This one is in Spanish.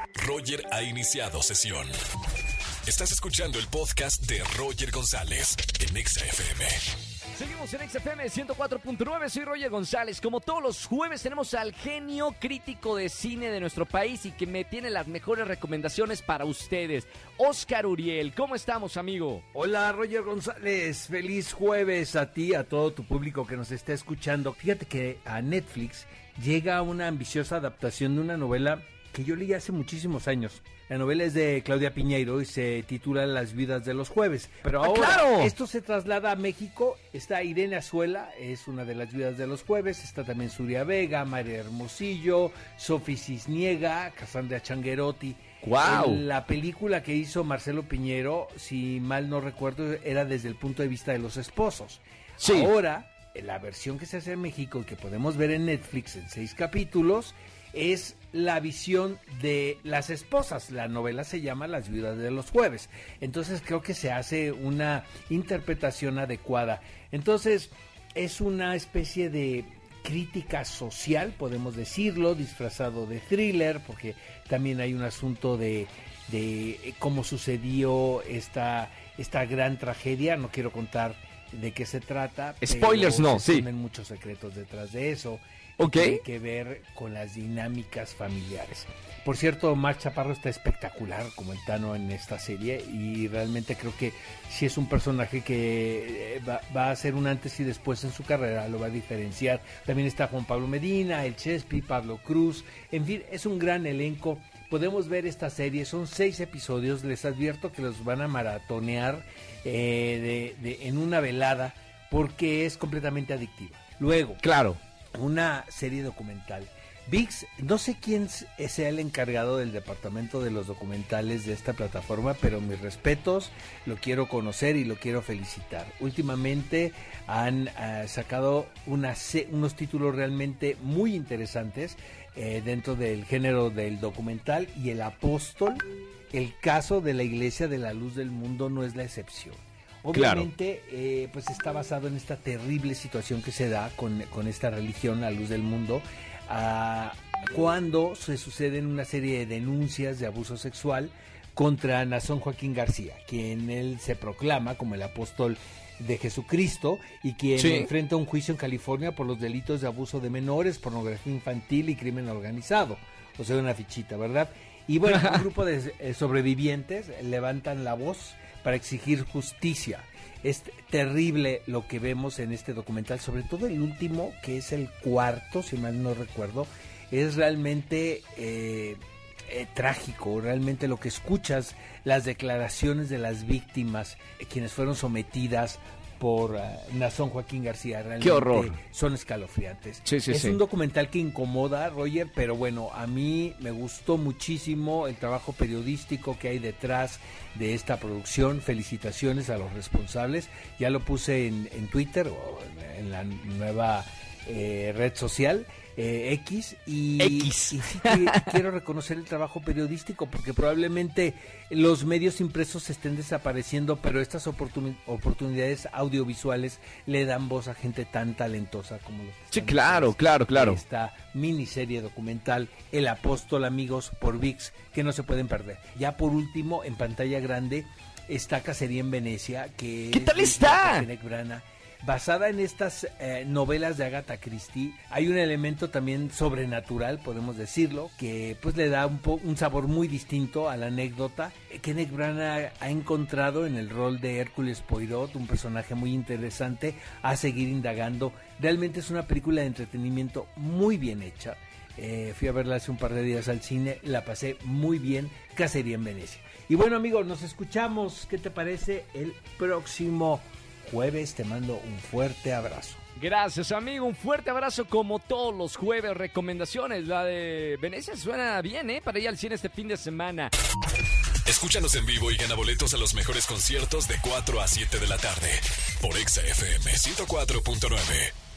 Roger ha iniciado sesión. Estás escuchando el podcast de Roger González en Exa FM. Seguimos en XFM 104.9, soy Roger González. Como todos los jueves tenemos al genio crítico de cine de nuestro país y que me tiene las mejores recomendaciones para ustedes. Oscar Uriel, ¿cómo estamos, amigo? Hola, Roger González, feliz jueves a ti, a todo tu público que nos está escuchando. Fíjate que a Netflix llega una ambiciosa adaptación de una novela que yo leí hace muchísimos años. La novela es de Claudia Piñeiro y se titula Las vidas de los jueves. Pero ahora ¡claro! Esto se traslada a México. Está Irene Azuela, es una de las vidas de los jueves. Está también Zuria Vega, María Hermosillo, Sofi Cisniega, Cassandra Changuerotti. ¡Guau! La película que hizo Marcelo Piñero, si mal no recuerdo, era desde el punto de vista de los esposos. Sí. Ahora, la versión que se hace en México y que podemos ver en Netflix en 6 capítulos es la visión de las esposas. La novela se llama Las viudas de los jueves. Entonces creo que se hace una interpretación adecuada. Entonces es una especie de crítica social, podemos decirlo, disfrazado de thriller, porque también hay un asunto de cómo sucedió esta gran tragedia. No quiero contar de qué se trata. Spoilers, pero no, sí. Tienen muchos secretos detrás de eso. Ok. Tiene que ver con las dinámicas familiares. Por cierto, Omar Chaparro está espectacular como el Tano en esta serie y realmente creo que sí es un personaje que va a ser un antes y después en su carrera, lo va a diferenciar. También está Juan Pablo Medina, El Chespi, Pablo Cruz, en fin, es un gran elenco. Podemos ver esta serie, son 6 episodios, les advierto que los van a maratonear en una velada porque es completamente adictiva. Luego, Claro. una serie documental. ViX, no sé quién sea el encargado del departamento de los documentales de esta plataforma, pero mis respetos, lo quiero conocer y lo quiero felicitar. Últimamente han sacado unos títulos realmente muy interesantes dentro del género del documental, y El Apóstol, el caso de la Iglesia de la Luz del Mundo, no es la excepción. Obviamente, pues está basado en esta terrible situación que se da con esta religión, la Luz del Mundo, cuando se suceden una serie de denuncias de abuso sexual contra Nazón Joaquín García, quien él se proclama como el apóstol de Jesucristo y quien enfrenta un juicio en California por los delitos de abuso de menores, pornografía infantil y crimen organizado. O sea, una fichita, ¿verdad? Y bueno, un grupo de sobrevivientes levantan la voz para exigir justicia. Es terrible lo que vemos en este documental, sobre todo el último, que es el 4, si mal no recuerdo. Es realmente trágico, realmente lo que escuchas, las declaraciones de las víctimas, quienes fueron sometidas por Nazón Joaquín García, realmente ¡qué horror! Son escalofriantes. Sí, Es un documental que incomoda, Roger, pero bueno, a mí me gustó muchísimo el trabajo periodístico que hay detrás de esta producción. Felicitaciones a los responsables. Ya lo puse en Twitter o en la nueva red social X, y sí quiero reconocer el trabajo periodístico, porque probablemente los medios impresos estén desapareciendo, pero estas oportunidades audiovisuales le dan voz a gente tan talentosa como los que Sí, están claro. esta miniserie documental El Apóstol, amigos, por ViX, que no se pueden perder. Ya por último, en pantalla grande está Cacería en Venecia, que ¿qué tal está? Kenneth Branagh. Basada en estas novelas de Agatha Christie, hay un elemento también sobrenatural, podemos decirlo, que pues le da un sabor muy distinto a la anécdota. Kenneth Branagh ha encontrado en el rol de Hércules Poirot un personaje muy interesante a seguir indagando. Realmente es una película de entretenimiento muy bien hecha. Fui a verla hace un par de días al cine, la pasé muy bien. Cacería en Venecia. Y bueno, amigos, nos escuchamos, ¿qué te parece? El próximo jueves. Te mando un fuerte abrazo. Gracias, amigo, un fuerte abrazo como todos los jueves. Recomendaciones, la de Venecia suena bien, para ir al cine este fin de semana. Escúchanos en vivo y gana boletos a los mejores conciertos de 4 a 7 de la tarde por Exa FM 104.9.